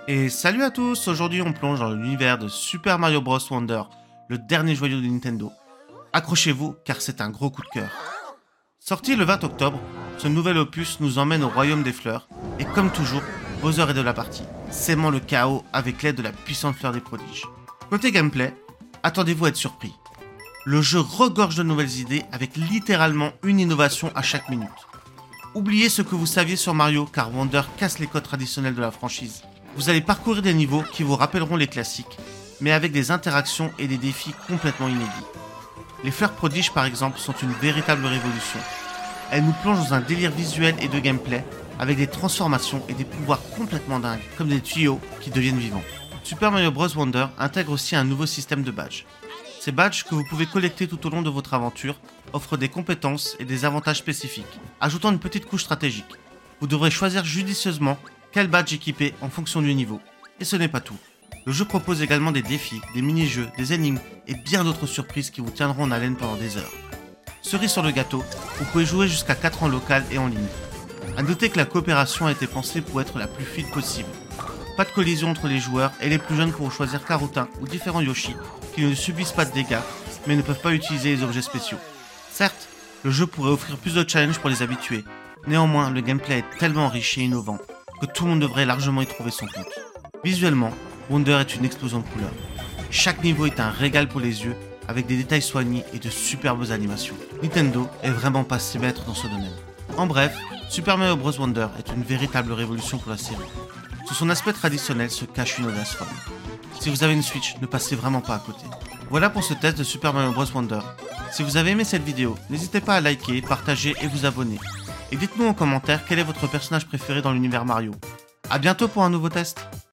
Et salut à tous, aujourd'hui on plonge dans l'univers de Super Mario Bros Wonder, le dernier joyau de Nintendo. Accrochez-vous car c'est un gros coup de cœur. Sorti le 20 octobre, ce nouvel opus nous emmène au royaume des fleurs, et comme toujours, Bowser est de la partie, sémant le chaos avec l'aide de la puissante fleur des prodiges. Côté gameplay, attendez-vous à être surpris. Le jeu regorge de nouvelles idées avec littéralement une innovation à chaque minute. Oubliez ce que vous saviez sur Mario car Wonder casse les codes traditionnels de la franchise. Vous allez parcourir des niveaux qui vous rappelleront les classiques, mais avec des interactions et des défis complètement inédits. Les fleurs prodiges par exemple sont une véritable révolution. Elles nous plongent dans un délire visuel et de gameplay, avec des transformations et des pouvoirs complètement dingues, comme des tuyaux qui deviennent vivants. Super Mario Bros Wonder intègre aussi un nouveau système de badges. Ces badges que vous pouvez collecter tout au long de votre aventure offrent des compétences et des avantages spécifiques, ajoutant une petite couche stratégique. Vous devrez choisir judicieusement quel badge équiper en fonction du niveau. Et ce n'est pas tout. Le jeu propose également des défis, des mini-jeux, des énigmes et bien d'autres surprises qui vous tiendront en haleine pendant des heures. Cerise sur le gâteau, vous pouvez jouer jusqu'à 4 en local et en ligne. A noter que la coopération a été pensée pour être la plus fluide possible. Pas de collision entre les joueurs et les plus jeunes pourront choisir Carotin ou différents Yoshi qui ne subissent pas de dégâts mais ne peuvent pas utiliser les objets spéciaux. Certes, le jeu pourrait offrir plus de challenges pour les habitués. Néanmoins, le gameplay est tellement riche et innovant que tout le monde devrait largement y trouver son compte. Visuellement, Wonder est une explosion de couleurs. Chaque niveau est un régal pour les yeux avec des détails soignés et de superbes animations. Nintendo est vraiment pas si maître dans ce domaine. En bref, Super Mario Bros Wonder est une véritable révolution pour la série. Sous son aspect traditionnel se cache une audace folle. Si vous avez une Switch, ne passez vraiment pas à côté. Voilà pour ce test de Super Mario Bros Wonder. Si vous avez aimé cette vidéo, n'hésitez pas à liker, partager et vous abonner. Et dites-nous en commentaire quel est votre personnage préféré dans l'univers Mario. A bientôt pour un nouveau test.